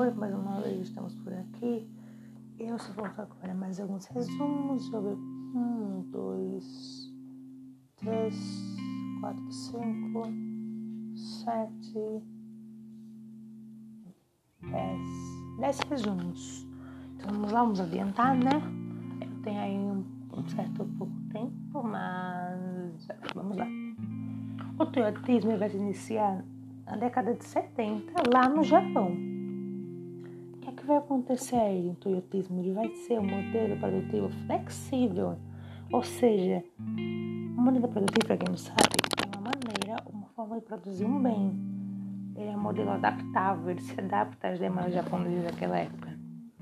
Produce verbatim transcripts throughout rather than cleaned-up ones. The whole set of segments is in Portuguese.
Oi, mais uma vez estamos por aqui. Eu só vou agora mais alguns resumos sobre um, dois, três, quatro, cinco, sete, dez, dez resumos. Então vamos lá, vamos adiantar, né? Eu tenho aí um, um certo pouco tempo, mas vamos lá. O toyotismo vai se iniciar na década de setenta, lá no Japão. O que é que vai acontecer aí? O toyotismo ele vai ser um modelo produtivo flexível, ou seja, um modelo produtivo, para quem não sabe, é uma maneira, uma forma de produzir um bem. Ele é um modelo adaptável, ele se adapta às demandas japonesas daquela época.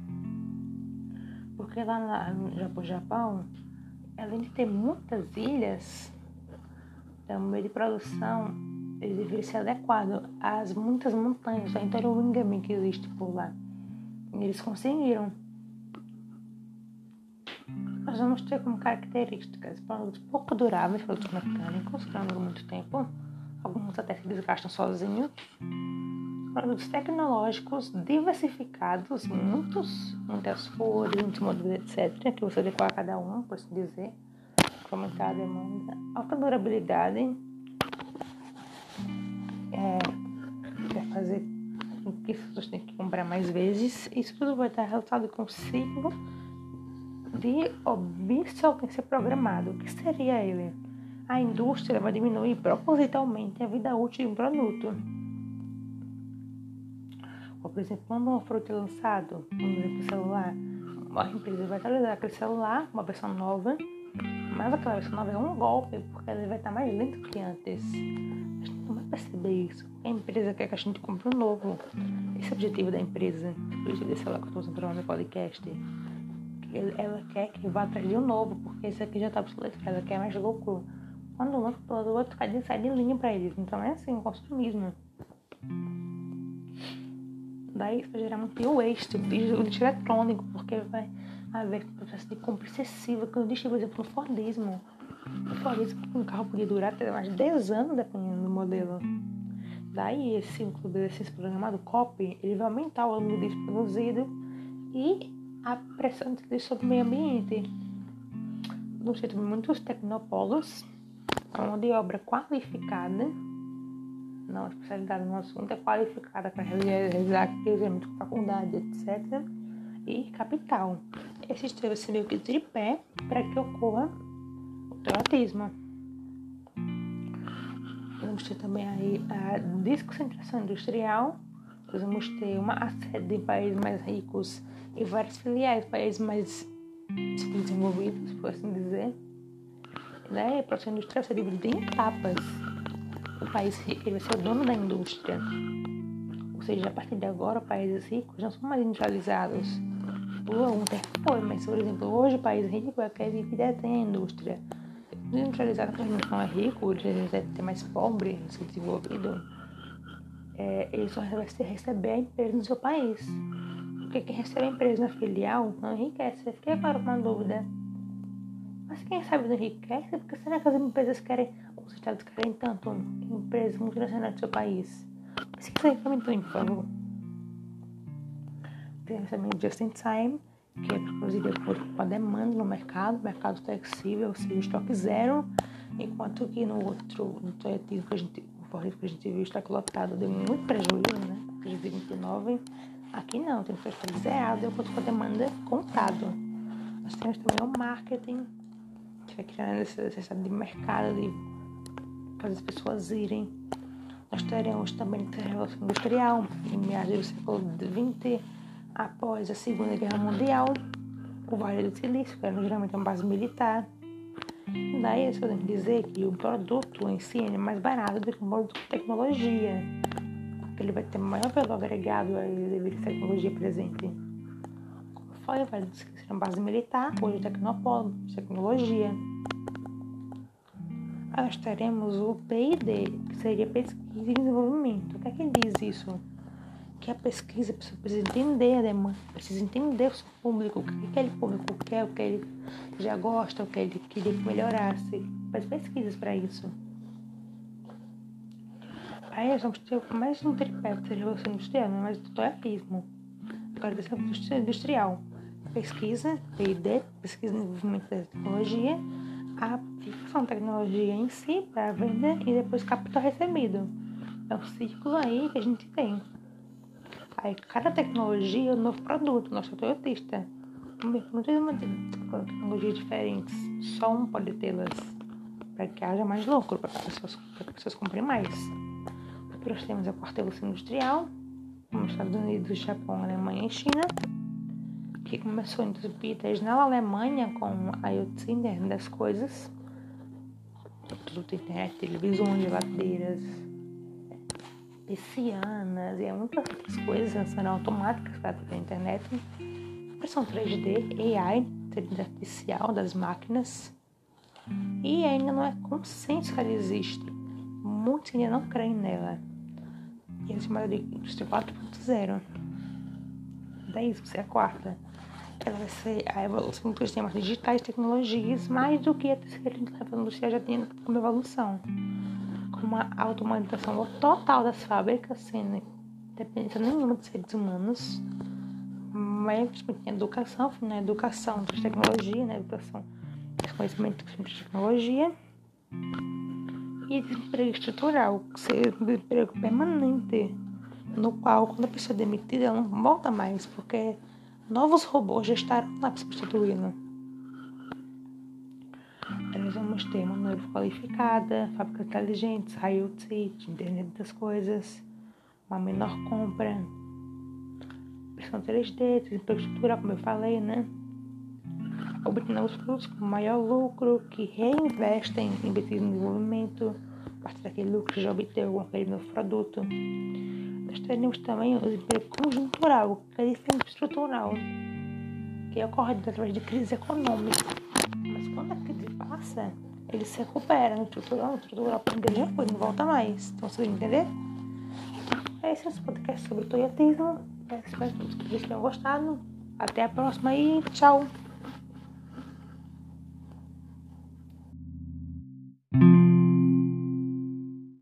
Porque lá no Japão, além de ter muitas ilhas, o meio de produção ele deveria ser adequado às muitas montanhas, ao interwingame que existe por lá. E eles conseguiram. Nós vamos ter como características produtos pouco duráveis, produtos mecânicos, que não duram muito tempo, alguns até se desgastam sozinhos, produtos tecnológicos diversificados, muitos, muitas cores, muitos modelos, etcétera, que você adequa a cada um, por assim dizer, para aumentar a demanda, alta durabilidade, é, para fazer com que as pessoas tenham que comprar mais vezes. Isso tudo vai estar relacionado com o ciclo de obsolescência programada. O que seria ele? A indústria vai diminuir propositalmente a vida útil de um produto. Ou, por exemplo, quando um produto é lançado, por exemplo, celular, a empresa vai atualizar aquele celular, uma versão nova, mas aquela versão nova é um golpe, porque ela vai estar mais lenta do que antes. A gente não vai perceber isso. A empresa quer que a gente compre um novo. Esse é o objetivo da empresa. O objetivo desse celular que eu estou usando para o meu podcast. Ela quer que vá atrás de um novo, porque esse aqui já está obsoleto, ela quer mais lucro. Quando o novo produto sai de, sai de linha para eles. Então é assim, o consumismo. Daí isso vai gerar muito waste, o lixo eletrônico, porque vai haver um processo de compra excessiva, que eu disse, por exemplo, no Fordismo. O Fordismo, um carro podia durar até mais de dez anos, dependendo do modelo. Daí esse ciclo de licença programado, C O P, ele vai aumentar o volume de disco produzido e a pressão de sobre o meio ambiente. No centro de muitos tecnopolos, a mão de obra qualificada, não especializada no assunto, é qualificada para realizar aquilo com faculdade, etcétera. E capital. Esses três ser meio que tripé para que ocorra o toyotismo. Vamos ter também aí a desconcentração industrial. Nós vamos ter uma sede em países mais ricos e várias filiais em países mais desenvolvidos, por assim dizer. Daí a produção industrial vai ser dividida em etapas. O país rico ele vai ser o dono da indústria. Ou seja, a partir de agora, países ricos não são mais industrializados. Por algum tempo foi, mas, por exemplo, hoje o país rico é aquele que detém a indústria. Industrializado, quando não é rico, ele deve ter mais pobre, desenvolvido. É, ele só vai receber a empresa no seu país. Porque quem recebe a empresa na filial não enriquece. Eu fiquei agora com uma dúvida. Mas quem sabe não enriquece? Porque será que as empresas querem, os estados querem tanto empresas multinacionais do seu país? Pesquisa aí pra mim também, por favor. Tem também o Just in Time, que é produzido de acordo com a demanda no mercado, mercado flexível, ou seja, estoque zero, enquanto que no outro, no toyotismo que a gente, o Fordismo que a gente viu, estoque lotado, deu muito prejuízo, né? Prejuízo de vinte e nove. Aqui não, tem que estar zerado, de acordo com a demanda contado. Nós temos também o marketing, que vai criar necessidade de mercado, de fazer as pessoas irem. Nós teremos também a Revolução Industrial, em meados do século vinte, após a Segunda Guerra Mundial, o Vale do Silício, que era geralmente uma base militar. Daí eles podem dizer que o produto em si é mais barato do que um produto de tecnologia, porque ele vai ter maior valor agregado devido à tecnologia presente. Como foi, o Vale do Silício era uma base militar, hoje é tecnopolo, tecnologia. Aí nós teremos o P I D, que seria Pesquisa e Desenvolvimento. O que é que diz isso? Que a pesquisa precisa entender a demanda, precisa entender o seu público, o que aquele público quer, o que ele já gosta, o que ele queria que melhorasse. Faz pesquisas para isso. Aí nós vamos ter mais um tripé, que seria a Revolução Industrial, não mais do toyotismo. quero desenvolvimento industrial. Pesquisa, P e D, pesquisa e desenvolvimento da tecnologia, a aplicação da tecnologia em si para venda e depois capital recebido. É um ciclo aí que a gente tem. Aí cada tecnologia é um novo produto, nosso toyotista. Não tem uma tecnologia diferentes, só um pode tê-las para que haja mais lucro, para que as pessoas, para que as pessoas comprem mais. Depois temos a quarta revolução industrial, como Estados Unidos, Japão, Alemanha e China, que começou em dois mil e dez na Alemanha com a IoT, internet das coisas, tudo internet, televisões, geladeiras, persianas e muitas outras coisas sendo automáticas para a internet, impressão três D, A I, inteligência artificial das máquinas, e ainda não é consenso que ela existe. Muitos ainda não creem nela. E é chamada de indústria quatro ponto zero. Daí isso, você é a quarta. Ela vai ser a evolução dos sistemas digitais e tecnologias, mais do que a terceira revolução industrial já tinha como evolução. Com uma automatização total das fábricas, sem dependência nenhuma de seres humanos, mas principalmente na educação, na educação das tecnologias, na educação dos conhecimentos de tecnologia, e desemprego estrutural, que seria um desemprego permanente, no qual, quando a pessoa é demitida, ela não volta mais, porque novos robôs já estarão lá para substituí-la. Nós vamos ter uma noiva qualificada, fábricas inteligentes, IoT, internet das coisas, uma menor compra, impressão três D, desemprego estrutural, como eu falei, né? Obtendo novos produtos com maior lucro, que reinvestem em investir em desenvolvimento, parte daquele lucro que já obteve com aquele novo produto. Nós teremos também o desemprego conjuntural, que é diferente do estrutural, que ocorre através de crise econômica. Mas quando a crise passa, ele se recupera no estrutural, no estrutural dele já foi, não volta mais. Então, você vai entender? Esse é o podcast sobre o toyotismo. Espero que vocês tenham gostado. Até a próxima e tchau!